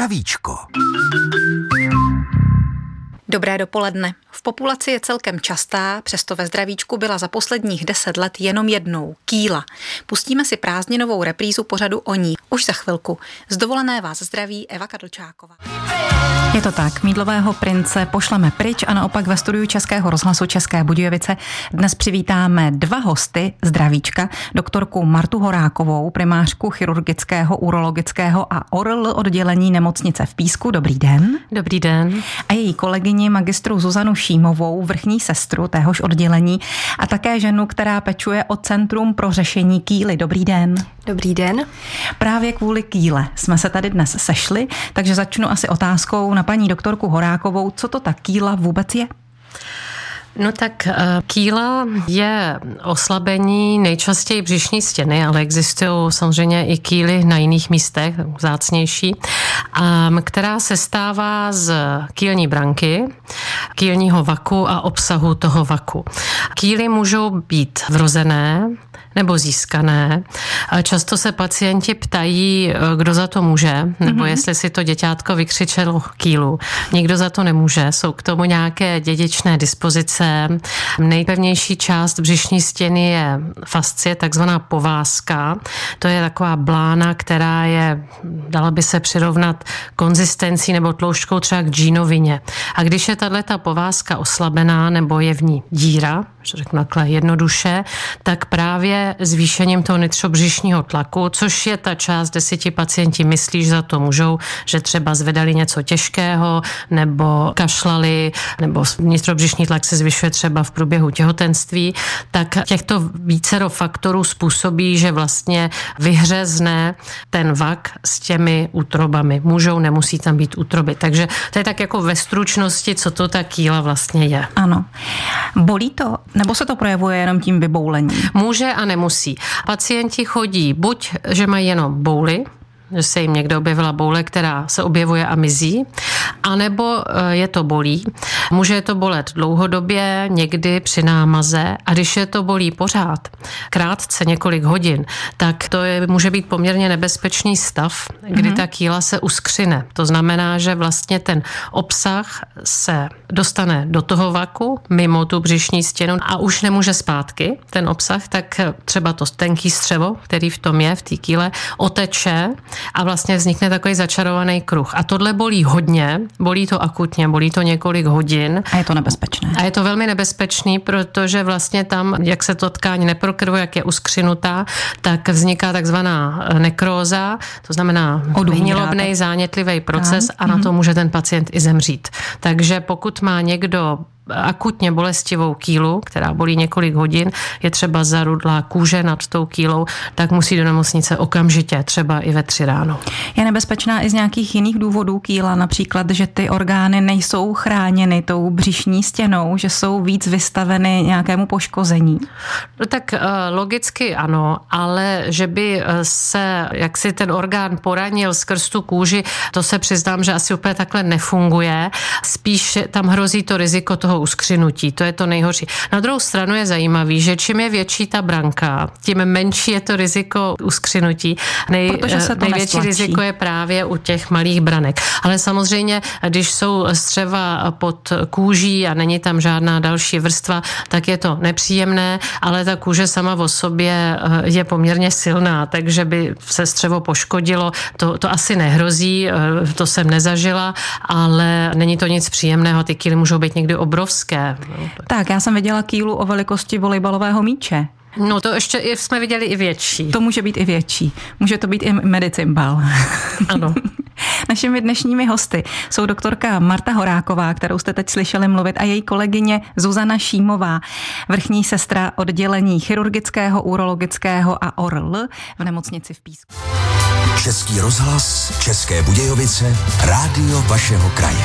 Zdravíčko. Dobré dopoledne. V populaci je celkem častá, přesto ve zdravíčku byla za posledních 10 let jenom jednou, kýla. Pustíme si prázdninovou reprízu pořadu o ní. Už za chvilku. Z dovolené vás zdraví Eva Kadlčáková. Je to tak, mýdlového prince pošleme pryč a naopak ve studiu Českého rozhlasu České Budějovice dnes přivítáme dva hosty zdravíčka, doktorku Martu Horákovou, primářku chirurgického, urologického a ORL oddělení nemocnice v Písku. Dobrý den. Dobrý den. A její kolegyni magistru Zuzanu Šímovou, vrchní sestru téhož oddělení a také ženu, která pečuje o Centrum pro řešení kýly. Dobrý den. Dobrý den. Právě kvůli kýle jsme se tady dnes sešli, takže začnu asi otázkou na paní doktorku Horákovou, co to ta kýla vůbec je? No tak kýla je oslabení nejčastěji břišní stěny, ale existují samozřejmě i kýly na jiných místech, vzácnější, která se stává z kýlní branky, kýlního vaku a obsahu toho vaku. Kýly můžou být vrozené nebo získané. Často se pacienti ptají, kdo za to může, nebo jestli si to děťátko vykřičelo kýlu. Nikdo za to nemůže. Jsou k tomu nějaké dědičné dispozice. Nejpevnější část břišní stěny je fascie, takzvaná povázka. To je taková blána, která je, dala by se přirovnat konzistencí nebo tloušťkou třeba k džínovině. A když je tato povázka oslabená nebo je v ní díra, že řeknu takhle jednoduše, tak právě zvýšením toho nitřobřišního tlaku, což je ta část, kde si ti pacienti myslí, že za to můžou, že třeba zvedali něco těžkého, nebo kašlali, nebo nitřobřišní tlak se zvyšuje třeba v průběhu těhotenství, tak těchto vícero faktorů způsobí, že vlastně vyhřezne ten vak s těmi útrobami. Můžou, nemusí tam být útroby. Takže to je tak jako ve stručnosti, co to ta kýla vlastně je. Ano. Bolí to? Nebo se to projevuje jenom tím vyboulením? Může a nemusí. Pacienti chodí buď, že mají jenom bouly, že se jim někde objevila boule, která se objevuje a mizí, anebo je to bolí. Může to bolet dlouhodobě, někdy při námaze, a když je to bolí pořád, krátce několik hodin, tak to může být poměrně nebezpečný stav, kdy ta kýla se uskřine. To znamená, že vlastně ten obsah se dostane do toho vaku, mimo tu břišní stěnu a už nemůže zpátky ten obsah, tak třeba to tenký střevo, který v tom je, v té kýle, oteče a vlastně vznikne takový začarovaný kruh. A tohle bolí hodně, bolí to akutně, bolí to několik hodin. A je to nebezpečné. A je to velmi nebezpečný, protože vlastně tam, jak se to tkáň neprokrvuje, jak je uskřinutá, tak vzniká takzvaná nekróza, to znamená hnilobnej zánětlivý proces a na to může ten pacient i zemřít. Takže pokud má někdo akutně bolestivou kýlu, která bolí několik hodin, je třeba zarudlá kůže nad tou kýlou, tak musí do nemocnice okamžitě, třeba i ve 3 ráno. Je nebezpečná i z nějakých jiných důvodů kýla, například, že ty orgány nejsou chráněny tou břišní stěnou, že jsou víc vystaveny nějakému poškození? No tak logicky ano, ale že by se jaksi ten orgán poranil skrz tu kůži, to se přiznám, že asi úplně takhle nefunguje. Spíš tam hrozí to riziko toho uskřinutí, to je to nejhorší. Na druhou stranu je zajímavý, že čím je větší ta branka, tím menší je to riziko uskřinutí. Největší riziko je právě u těch malých branek. Ale samozřejmě, když jsou střeva pod kůží a není tam žádná další vrstva, tak je to nepříjemné, ale ta kůže sama o sobě je poměrně silná, takže by se střevo poškodilo. To asi nehrozí, to jsem nezažila, ale není to nic příjemného. Ty kýly můžou být někdy obrovské. Tak, já jsem viděla kýlu o velikosti volejbalového míče. No to ještě jsme viděli i větší. To může být i větší. Může to být i medicimbal. Ano. Našimi dnešními hosty jsou doktorka Marta Horáková, kterou jste teď slyšeli mluvit, a její kolegyně Zuzana Šímová, vrchní sestra oddělení chirurgického, urologického a ORL v nemocnici v Písku. Český rozhlas, České Budějovice, rádio vašeho kraje.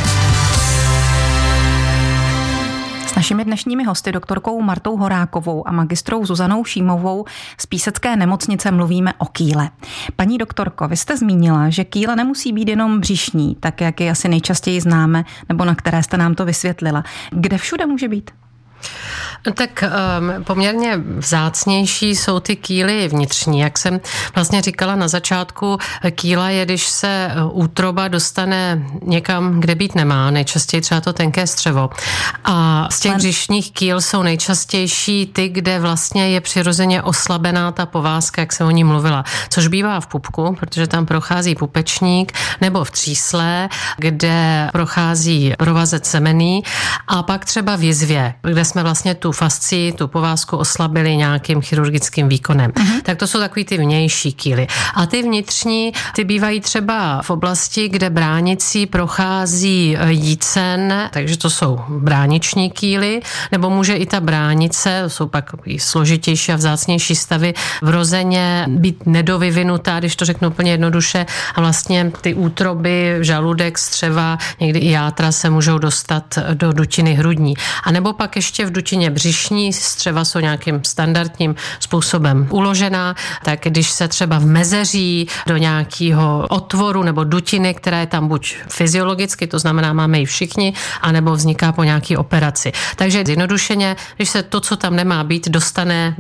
S našimi dnešními hosty, doktorkou Martou Horákovou a magistrou Zuzanou Šímovou z Písecké nemocnice, mluvíme o kýle. Paní doktorko, vy jste zmínila, že kýla nemusí být jenom břišní, tak jak ji asi nejčastěji známe, nebo na které jste nám to vysvětlila. Kde všude může být? Tak poměrně vzácnější jsou ty kýly vnitřní. Jak jsem vlastně říkala na začátku, kýla je, když se útroba dostane někam, kde být nemá, nejčastěji třeba to tenké střevo. A z těch břišních kýl jsou nejčastější ty, kde vlastně je přirozeně oslabená ta povázka, jak jsem o ní mluvila. Což bývá v pupku, protože tam prochází pupečník, nebo v třísle, kde prochází provazec semenný, a pak třeba v jizvě, kde jsme vlastně tu fascii, tu povázku oslabili nějakým chirurgickým výkonem. Tak to jsou takový ty vnější kýly. A ty vnitřní, ty bývají třeba v oblasti, kde bránicí prochází jícen, takže to jsou brániční kýly, nebo může i ta bránice, to jsou pak složitější a vzácnější stavy, vrozeně být nedovyvinutá, když to řeknu úplně jednoduše, a vlastně ty útroby, žaludek, střeva, někdy i játra se můžou dostat do dutiny hrudní. A nebo pak ještě v dutině břišní střeva jsou nějakým standardním způsobem uložená, tak když se třeba vmezeří do nějakého otvoru nebo dutiny, která je tam buď fyziologicky, to znamená máme ji všichni, anebo vzniká po nějaké operaci. Takže zjednodušeně, když se to, co tam nemá být, dostane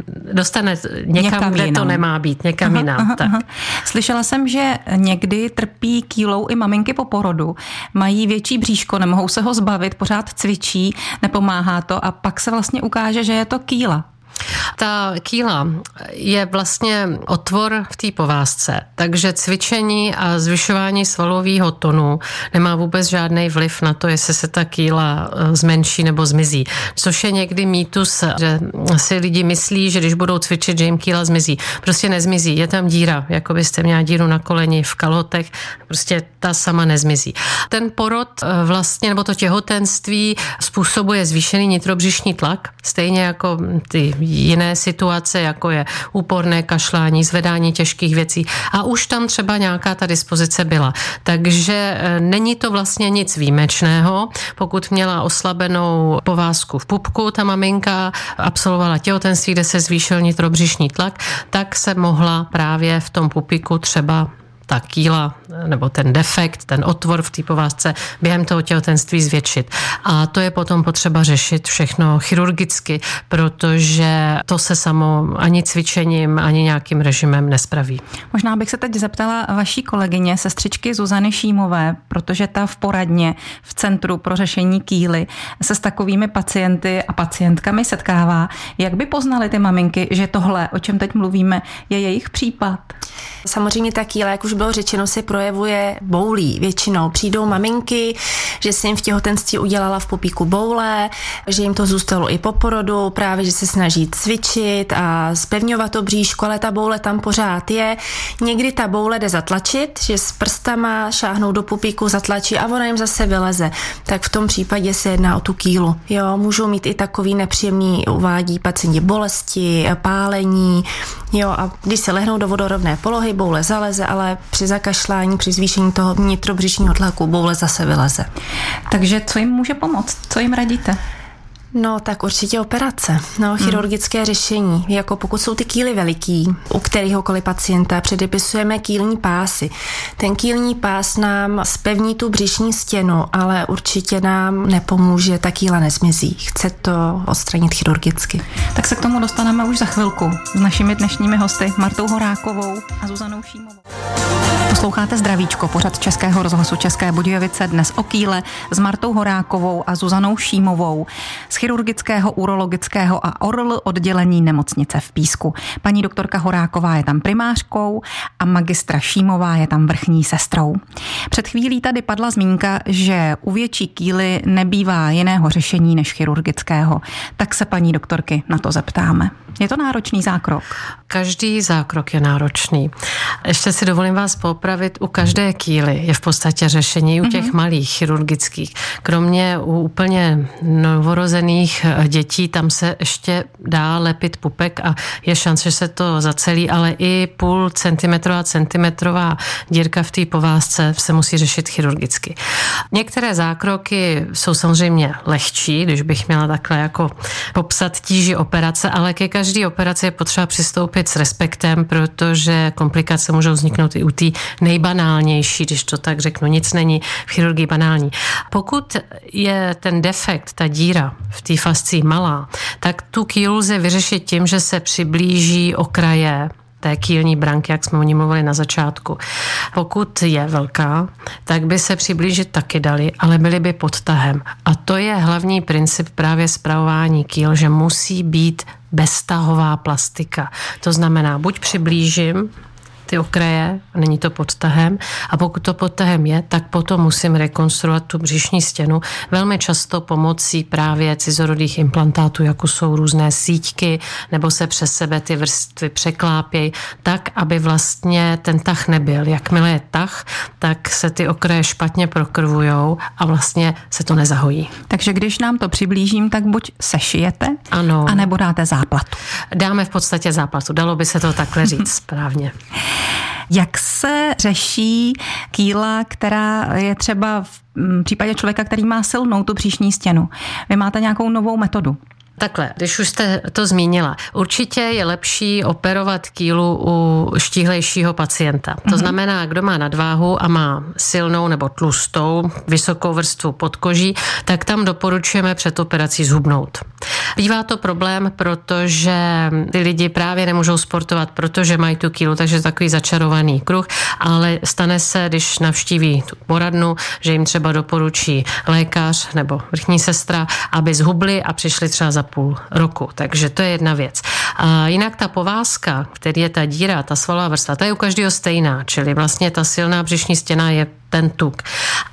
někam, kde to nemá být, někam jinam. Tak. Slyšela jsem, že někdy trpí kýlou i maminky po porodu. Mají větší bříško, nemohou se ho zbavit, pořád cvičí, nepomáhá to a pak se vlastně ukáže, že je to kýla. Ta kýla je vlastně otvor v té povázce, takže cvičení a zvyšování svalového tonu nemá vůbec žádný vliv na to, jestli se ta kýla zmenší nebo zmizí. Což je někdy mýtus, že si lidi myslí, že když budou cvičit, že jim kýla zmizí. Prostě nezmizí, je tam díra, jako byste měla díru na koleni, v kalhotech, prostě ta sama nezmizí. Ten porod vlastně, nebo to těhotenství způsobuje zvýšený nitrobřišní tlak, stejně jako ty jiné situace, jako je úporné kašlání, zvedání těžkých věcí. A už tam třeba nějaká ta dispozice byla. Takže není to vlastně nic výjimečného. Pokud měla oslabenou povázku v pupku, ta maminka absolvovala těhotenství, kde se zvýšil nitrobřišní tlak, tak se mohla právě v tom pupiku třeba ta kýla nebo ten defekt, ten otvor v té povázce během toho těhotenství zvětšit. A to je potom potřeba řešit všechno chirurgicky, protože to se samo ani cvičením, ani nějakým režimem nespraví. Možná bych se teď zeptala vaší kolegyně, sestřičky Zuzany Šímové, protože ta v poradně v Centru pro řešení kýly se s takovými pacienty a pacientkami setkává. Jak by poznaly ty maminky, že tohle, o čem teď mluvíme, je jejich případ? Samozřejmě ta kýla, jak už bylo řečeno, se projevuje boulí. Většinou přijdou maminky, že se jim v těhotenství udělala v pupíku boule, že jim to zůstalo i po porodu, právě že se snaží cvičit a zpevňovat to bříško, ale ta boule tam pořád je. Někdy ta boule jde zatlačit, že s prstama šáhnou do pupíku, zatlačí a ona jim zase vyleze. Tak v tom případě se jedná o tu kýlu. Jo, můžou mít i takový nepříjemný, uvádí pacienti, bolesti, pálení. Jo, a když se lehnou do vodorovné polohy, boule zaleze, ale při zakašlání, při zvýšení toho nitrobřišního tlaku boule zase vyleze. Takže co jim může pomoct? Co jim radíte? No, tak určitě operace, chirurgické řešení. Jako pokud jsou ty kýly veliký, u kteréhokoliv pacienta předepisujeme kýlní pásy. Ten kýlní pás nám zpevní tu břišní stěnu, ale určitě nám nepomůže, ta kýla nezmizí. Chce to odstranit chirurgicky. Tak se k tomu dostaneme už za chvilku s našimi dnešními hosty Martou Horákovou a Zuzanou Šímovou. Posloucháte Zdravíčko, pořad Českého rozhlasu České Budějovice, dnes o kýle s Martou Horákovou a Zuzanou Šímovou z chirurgického, urologického a ORL oddělení nemocnice v Písku. Paní doktorka Horáková je tam primářkou a magistra Šímová je tam vrchní sestrou. Před chvílí tady padla zmínka, že u větší kýly nebývá jiného řešení než chirurgického. Tak se paní doktorky na to zeptáme. Je to náročný zákrok? Každý zákrok je náročný. Ještě si dovolím vás popravit, u každé kýly je v podstatě řešení, u těch malých chirurgických. Kromě u úplně novorozených dětí, tam se ještě dá lepit pupek a je šance, že se to zacelí, ale i centimetrová dírka v té povázce se musí řešit chirurgicky. Některé zákroky jsou samozřejmě lehčí, když bych měla takhle jako popsat tíži operace, ale ke každé operaci je potřeba přistoupit s respektem, protože komplikace můžou vzniknout i u té nejbanálnější, když to tak řeknu. Nic není v chirurgii banální. Pokud je ten defekt, ta díra v té fascii malá, tak tu kýlu lze vyřešit tím, že se přiblíží okraje té kýlní branky, jak jsme o ní mluvili na začátku. Pokud je velká, tak by se přiblížit taky dali, ale byly by pod tahem. A to je hlavní princip právě spravování kýl, že musí být beztahová plastika. To znamená, buď přiblížím ty okraje, není to pod tahem, a pokud to pod tahem je, tak potom musím rekonstruovat tu břišní stěnu velmi často pomocí právě cizorodých implantátů, jako jsou různé síťky, nebo se přes sebe ty vrstvy překlápějí, tak, aby vlastně ten tah nebyl. Jakmile je tah, tak se ty okraje špatně prokrvujou a vlastně se to nezahojí. Takže když nám to přiblížím, tak buď sešijete, ano, anebo dáte záplatu. Dáme v podstatě záplatu, dalo by se to takhle říct správně. Jak se řeší kýla, která je třeba v případě člověka, který má silnou tu břišní stěnu? Vy máte nějakou novou metodu? Takhle, když už jste to zmínila, určitě je lepší operovat kýlu u štíhlejšího pacienta. To znamená, kdo má nadváhu a má silnou nebo tlustou, vysokou vrstvu podkoží, tak tam doporučujeme před operací zhubnout. Bývá to problém, protože ty lidi právě nemůžou sportovat, protože mají tu kýlu, takže je takový začarovaný kruh, ale stane se, když navštíví tu poradnu, že jim třeba doporučí lékař nebo vrchní sestra, aby zhubli a přišli třeba za půl roku. Takže to je jedna věc. A jinak ta povázka, který je ta díra, ta svalová vrstva, ta je u každého stejná, čili vlastně ta silná břišní stěna je ten tuk.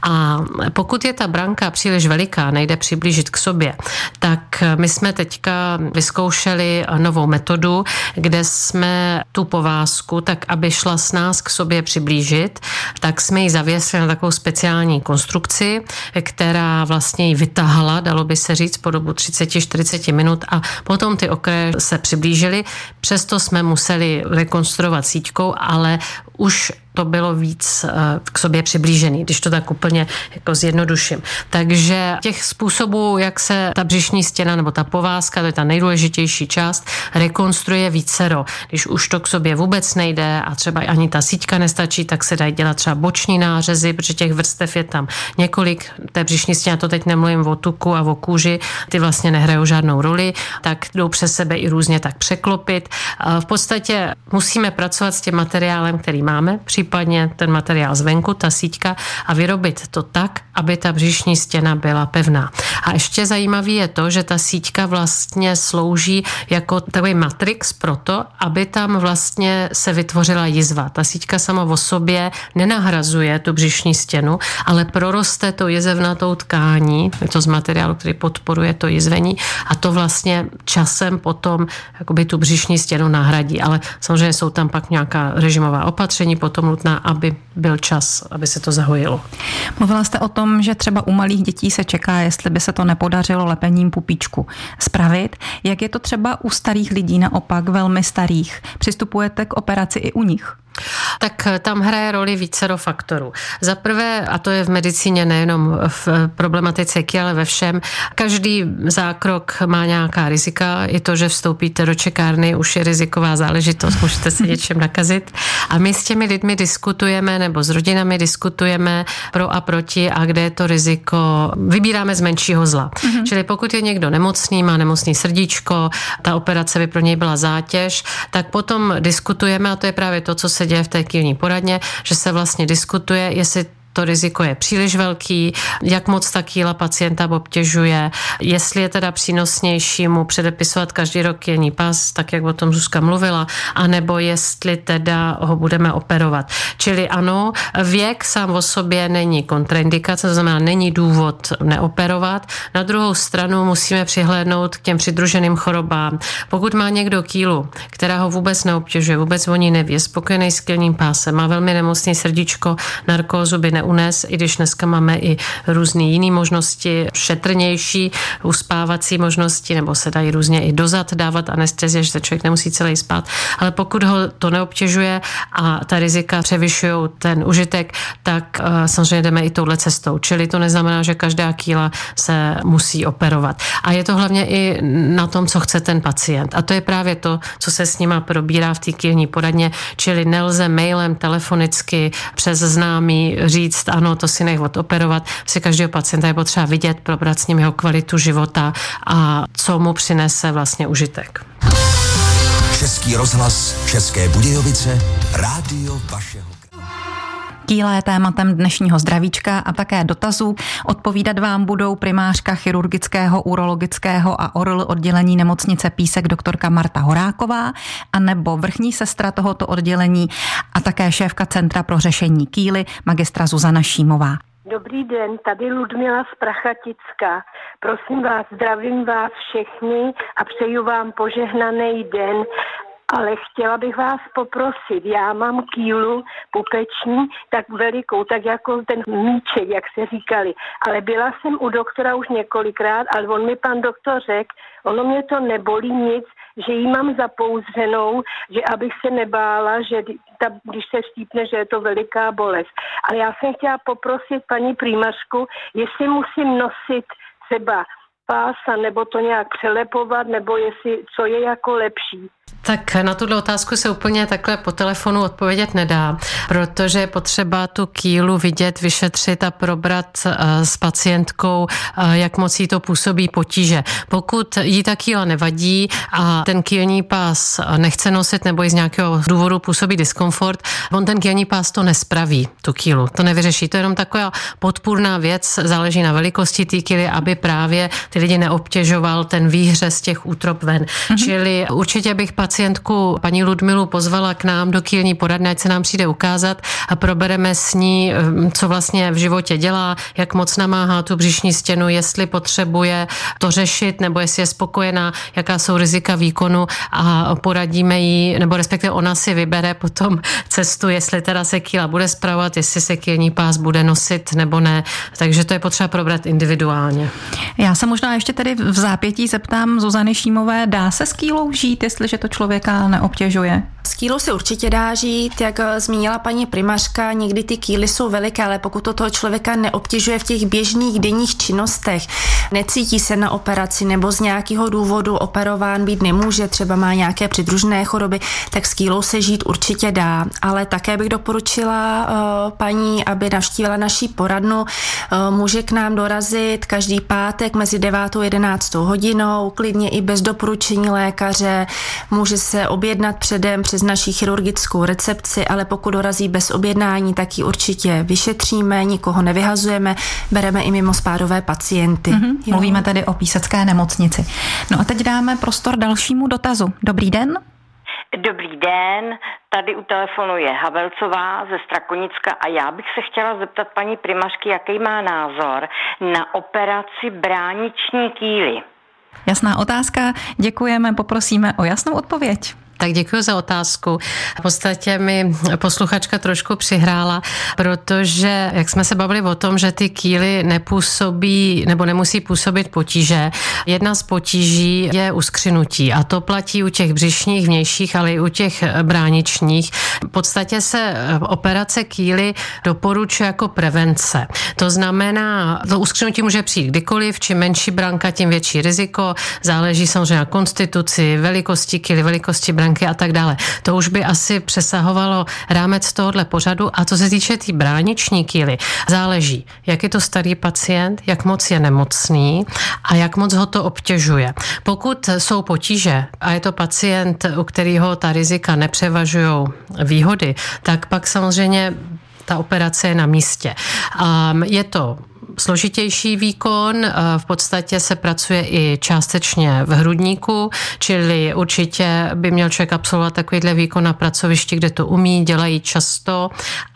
A pokud je ta branka příliš veliká, nejde přiblížit k sobě, tak my jsme teďka vyzkoušeli novou metodu, kde jsme tu povázku, tak aby šla s nás k sobě přiblížit, tak jsme ji zavěsili na takovou speciální konstrukci, která vlastně ji vytahala, dalo by se říct, po dobu 30-40 minut a potom ty okraje se přiblížily. Přesto jsme museli rekonstruovat síťkou, ale už to bylo víc k sobě přiblížený, když to tak úplně jako zjednoduším. Takže těch způsobů, jak se ta břišní stěna nebo ta povázka, to je ta nejdůležitější část, rekonstruuje vícero. Když už to k sobě vůbec nejde a třeba ani ta síťka nestačí, tak se dají dělat třeba boční nářezy, protože těch vrstev je tam několik. Té břišní stěny, to teď nemluvím o tuku a o kůži, ty vlastně nehrajou žádnou roli, tak jdou přes sebe i různě tak překlopit. V podstatě musíme pracovat s tím materiálem, který máme, případně ten materiál zvenku, ta síťka, a vyrobit to tak, aby ta břišní stěna byla pevná. A ještě zajímavý je to, že ta síťka vlastně slouží jako takový matrix pro to, aby tam vlastně se vytvořila jizva. Ta síťka sama o sobě nenahrazuje tu břišní stěnu, ale proroste to jizevnatou tkání, je to z materiálu, který podporuje to jizvení, a to vlastně časem potom jakoby tu břišní stěnu nahradí. Ale samozřejmě jsou tam pak nějaká režimová opatření potom nutná, aby byl čas, aby se to zahojilo. Mluvila jste o tom, že třeba u malých dětí se čeká, jestli by se to nepodařilo lepením pupíčku spravit. Jak je to třeba u starých lidí, naopak velmi starých? Přistupujete k operaci i u nich? Tak tam hraje roli vícero faktorů. Za prvé, a to je v medicíně nejenom v problematice kýl, ale ve všem, každý zákrok má nějaká rizika. I to, že vstoupíte do čekárny, už je riziková záležitost, můžete se něčem nakazit. A my s těmi lidmi diskutujeme, nebo s rodinami diskutujeme pro a proti, a kde je to riziko, vybíráme z menšího zla. Čili pokud je někdo nemocný, má nemocný srdíčko, ta operace by pro něj byla zátěž, tak potom diskutujeme, a to je právě to, co se děje v té kýlní poradně, že se vlastně diskutuje, jestli to riziko je příliš velký, jak moc ta kýla pacienta obtěžuje, jestli je teda přínosnější mu předepisovat každý rok kýlní pas, tak jak o tom Zuzka mluvila, anebo jestli teda ho budeme operovat. Čili ano, věk sám o sobě není kontraindikace, to znamená, není důvod neoperovat. Na druhou stranu musíme přihlédnout k těm přidruženým chorobám. Pokud má někdo kýlu, která ho vůbec neobtěžuje, vůbec o ní neví, je spokojený s kýlním pásem, má velmi nemocný srdíčko, narkózu by neunést, i když dneska máme i různé jiné možnosti, šetrnější uspávací možnosti, nebo se dají různě i dozad dávat anestezie, že se člověk nemusí celý spát. Ale pokud ho to neobtěžuje a ta rizika převyšují ten užitek, tak samozřejmě jdeme i touhle cestou. Čili to neznamená, že každá kýla se musí operovat. A je to hlavně i na tom, co chce ten pacient. A to je právě to, co se s nima probírá v té kýlní poradně, čili nelze mailem, telefonicky, přes známý říct, ano, to si nech odoperovat. Si každého pacienta je potřeba vidět, probrat s ním jeho kvalitu života a co mu přinese vlastně užitek. Český rozhlas, České Budějovice, rádio vašeho. Kýla je tématem dnešního zdravíčka a také dotazů. Odpovídat vám budou primářka chirurgického, urologického a ORL oddělení nemocnice Písek doktorka Marta Horáková a nebo vrchní sestra tohoto oddělení a také šéfka Centra pro řešení kýly magistra Zuzana Šímová. Dobrý den, tady Ludmila z Prachaticka. Prosím vás, zdravím vás všechny a přeju vám požehnaný den. Ale chtěla bych vás poprosit, já mám kýlu pupeční tak velikou, tak jako ten míček, jak se říkali. Ale byla jsem u doktora už několikrát, ale on mi pan doktor řekl, ono mě to nebolí nic, že ji mám zapouzřenou, že abych se nebála, že když se štípne, že je to veliká bolest. Ale já jsem chtěla poprosit paní primářku, jestli musím nosit třeba pása, nebo to nějak přelepovat, nebo jestli, co je jako lepší. Tak na tuhle otázku se úplně takhle po telefonu odpovědět nedá, protože je potřeba tu kýlu vidět, vyšetřit a probrat s pacientkou, jak moc jí to působí potíže. Pokud jí ta kýla nevadí a ten kýlní pás nechce nosit nebo jí z nějakého důvodu působí diskomfort, on ten kýlní pás to nespraví, tu kýlu, to nevyřeší. To je jenom taková podpůrná věc, záleží na velikosti té kýly, aby právě ty lidi neobtěžoval ten výhřez z těch útrop ven. Čili určitě bych pacientku paní Ludmilu pozvala k nám do kýlní poradny, ať se nám přijde ukázat a probereme s ní, co vlastně v životě dělá, jak moc namáhá tu břišní stěnu, jestli potřebuje to řešit, nebo jestli je spokojená, jaká jsou rizika výkonu a poradíme jí, nebo respektive ona si vybere potom cestu, jestli teda se kýla bude spravovat, jestli se kýlní pás bude nosit nebo ne. Takže to je potřeba probrat individuálně. Já se možná ještě tedy v zápětí zeptám Zuzany Šímové, dá se s kýlou žít, jestliže to člověka neobtěžuje? S kýlou se určitě dá žít, jak zmínila paní primářka, někdy ty kýly jsou veliké, ale pokud to toho člověka neobtěžuje v těch běžných denních činnostech, necítí se na operaci nebo z nějakého důvodu operován být nemůže, třeba má nějaké přidružené choroby, tak s kýlou se žít určitě dá. Ale také bych doporučila paní, aby navštívila naší poradnu. Může k nám dorazit každý pátek mezi 9. a 11. hodinou, klidně i bez doporučení lékaře, může se objednat předem přes naší chirurgickou recepci, ale pokud dorazí bez objednání, tak ji určitě vyšetříme, nikoho nevyhazujeme, bereme i mimospádové pacienty. Mluvíme tedy o Písecké nemocnici. No a teď dáme prostor dalšímu dotazu. Dobrý den. Dobrý den, tady u telefonu je Havelcová ze Strakonicka a já bych se chtěla zeptat paní primářky, jaký má názor na operaci brániční kýly. Jasná otázka, děkujeme, poprosíme o jasnou odpověď. Tak děkuji za otázku. V podstatě mi posluchačka trošku přihrála, protože jak jsme se bavili o tom, že ty kýly nepůsobí nebo nemusí působit potíže, jedna z potíží je uskřinutí a to platí u těch břišních vnějších, ale i u těch bráničních. V podstatě se operace kýly doporučuje jako prevence. To znamená, to uskřinutí může přijít kdykoliv, čím menší branka, tím větší riziko, záleží samozřejmě na konstituci, velikosti kýly, velikosti branky a tak dále. To už by asi přesahovalo rámec tohohle pořadu a co se týče té brániční kýly, záleží, jak je to starý pacient, jak moc je nemocný a jak moc ho to obtěžuje. Pokud jsou potíže a je to pacient, u kterého ta rizika nepřevažují výhody, tak pak samozřejmě ta operace je na místě. Je to složitější výkon, v podstatě se pracuje i částečně v hrudníku, čili určitě by měl člověk absolvovat takovýhle výkon na pracovišti, kde to umí, dělají často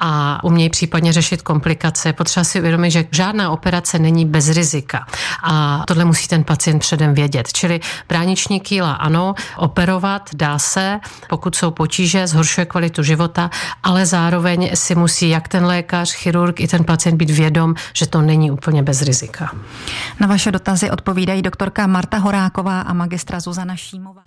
a umějí případně řešit komplikace. Potřeba si uvědomit, že žádná operace není bez rizika a tohle musí ten pacient předem vědět. Čili brániční kýla ano, operovat dá se, pokud jsou potíže, zhoršuje kvalitu života, ale zároveň si musí jak ten lékař, chirurg i ten pacient být vědom, že to není úplně bez rizika. Na vaše dotazy odpovídají doktorka Marta Horáková a magistra Zuzana Šímová.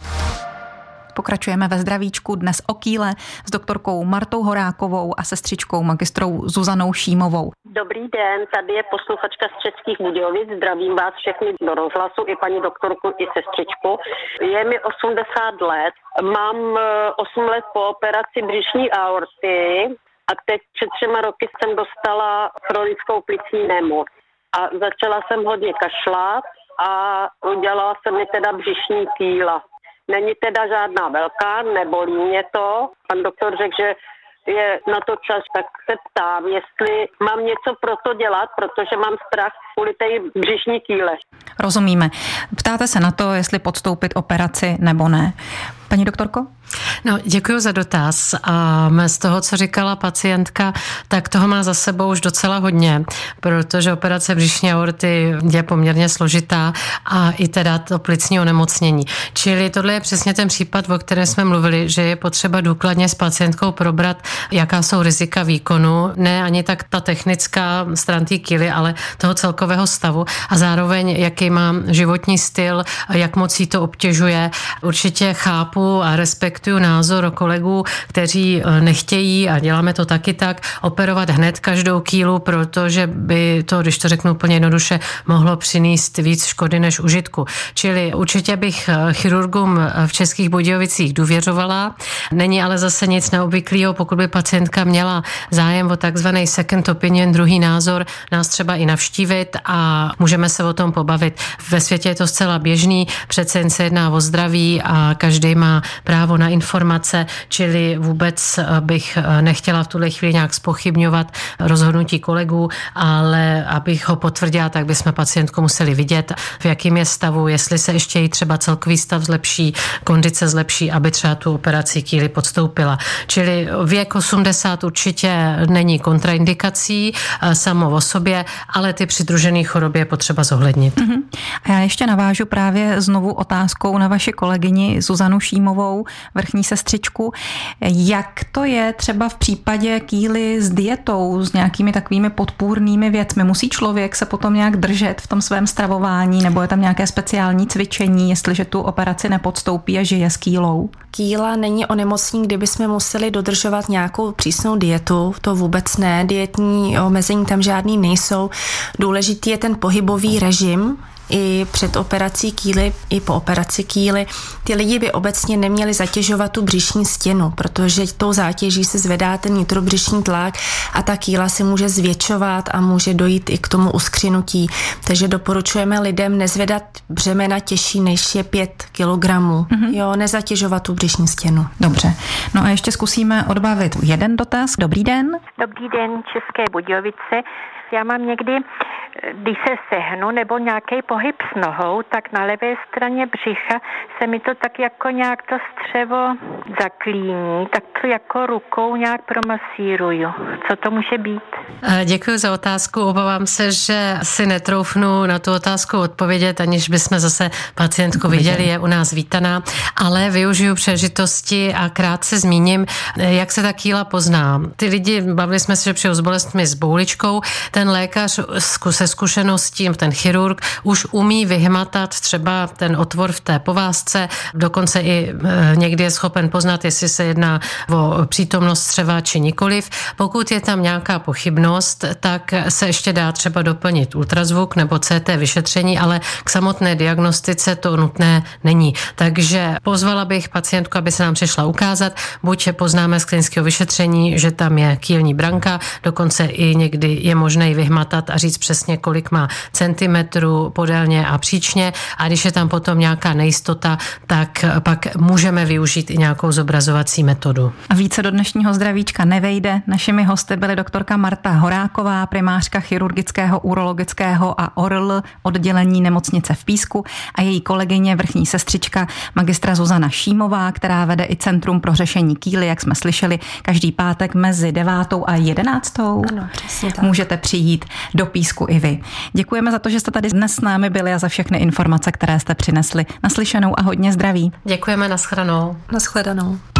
Pokračujeme ve zdravíčku dnes o kýle s doktorkou Martou Horákovou a sestřičkou magistrou Zuzanou Šímovou. Dobrý den, tady je posluchačka z Českých Budějovic. Zdravím vás všechny do rozhlasu, i paní doktorku, i sestřičku. Je mi 80 let, mám 8 let po operaci břišní aorty a teď před 3 roky jsem dostala chronickou plicní nemoc. A začala jsem hodně kašlat a udělala se mi teda břišní kýla. Není teda žádná velká, nebolí mě to. Pan doktor řekl, že je na to čas, tak se ptám, jestli mám něco pro to dělat, protože mám strach kvůli té břišní kýle. Rozumíme. Ptáte se na to, jestli podstoupit operaci nebo ne. Paní doktorko? No, děkuji za dotaz. A z toho, co říkala pacientka, tak toho má za sebou už docela hodně, protože operace břišní aorty je poměrně složitá a i teda to plicní onemocnění. Čili tohle je přesně ten případ, o kterém jsme mluvili, že je potřeba důkladně s pacientkou probrat, jaká jsou rizika výkonu, ne ani tak ta technická stran té kýly, ale toho celkového stavu a zároveň, jaký má životní styl, jak moc jí to obtěžuje. Určitě chápu a respektuju názor kolegů, kteří nechtějí, a děláme to taky tak, operovat hned každou kýlu, protože by to, když to řeknu úplně jednoduše, mohlo přinést víc škody než užitku. Čili určitě bych chirurgům v Českých Budějovicích důvěřovala. Není ale zase nic neobvyklého, pokud by pacientka měla zájem o takzvaný second opinion, druhý názor, nás třeba i navštívit a můžeme se o tom pobavit. Ve světě je to zcela běžný, přece jen se jedná o zdraví a každý má právo na informace, čili vůbec bych nechtěla v tuhle chvíli nějak zpochybňovat rozhodnutí kolegů, ale abych ho potvrdila, tak bychom pacientku museli vidět, v jakém je stavu, jestli se ještě jí třeba celkový stav zlepší, kondice zlepší, aby třeba tu operaci kýly podstoupila. Čili věk 80 určitě není kontraindikací samo o sobě, ale ty přidružené choroby je potřeba zohlednit. A já ještě navážu právě znovu otázkou na vaši kolegyni Zuzanu Šímovou, vrchní sestřičku. Jak to je třeba v případě kýly s dietou, s nějakými takovými podpůrnými věcmi? Musí člověk se potom nějak držet v tom svém stravování, nebo je tam nějaké speciální cvičení, jestliže tu operaci nepodstoupí a žije s kýlou? Kýla není onemocnění, kdyby jsme museli dodržovat nějakou přísnou dietu, to vůbec ne, dietní omezení tam žádný nejsou. Důležitý je ten pohybový režim, i před operací kýly, i po operaci kýly. Ty lidi by obecně neměli zatěžovat tu břišní stěnu, protože tou zátěží se zvedá ten nitrobřišní tlak a ta kýla se může zvětšovat a může dojít i k tomu uskřinutí. Takže doporučujeme lidem nezvedat břemena těžší než je 5 kilogramů. Jo, nezatěžovat tu břišní stěnu. Dobře. No a ještě zkusíme odbavit jeden dotaz. Dobrý den. Dobrý den, České Budějovice. Já mám někdy, když se sehnu nebo nějaký pohyb s nohou, tak na levé straně břicha se mi to tak jako nějak to střevo zaklíní, tak to jako rukou nějak promasíruju. Co to může být? Děkuji za otázku. Obávám se, že si netroufnu na tu otázku odpovědět, aniž bychom zase pacientku viděli, je u nás vítaná, ale využiju příležitosti a krátce zmíním, jak se ta kýla pozná. Ty lidi, bavili jsme se, že přijou s bolestmi s bouličkou, ten lékař se zkušeností, ten chirurg už umí vyhmatat třeba ten otvor v té povázce, dokonce i někdy je schopen poznat, jestli se jedná o přítomnost střeva či nikoliv. Pokud je tam nějaká pochybnost, tak se ještě dá třeba doplnit ultrazvuk nebo CT vyšetření, ale k samotné diagnostice to nutné není. Takže pozvala bych pacientku, aby se nám přišla ukázat, buď poznáme z klinického vyšetření, že tam je kýlní branka, dokonce i někdy je možné možné ji vyhmatat a říct přesně, kolik má centimetrů podélně a příčně, a když je tam potom nějaká nejistota, tak pak můžeme využít i nějakou zobrazovací metodu. A více do dnešního zdravíčka nevejde. Našimi hosty byly doktorka Marta Horáková, primářka chirurgického, urologického a ORL oddělení nemocnice v Písku, a její kolegyně, vrchní sestřička magistra Zuzana Šímová, která vede i Centrum pro řešení kýly, jak jsme slyšeli, každý pátek mezi 9. a 11. Ano, přesně tak. Můžete přijít do Písku i vy. Děkujeme za to, že jste tady dnes s námi byli a za všechny informace, které jste přinesli. Naslyšenou a hodně zdraví. Děkujeme, nashledanou. Nashledanou.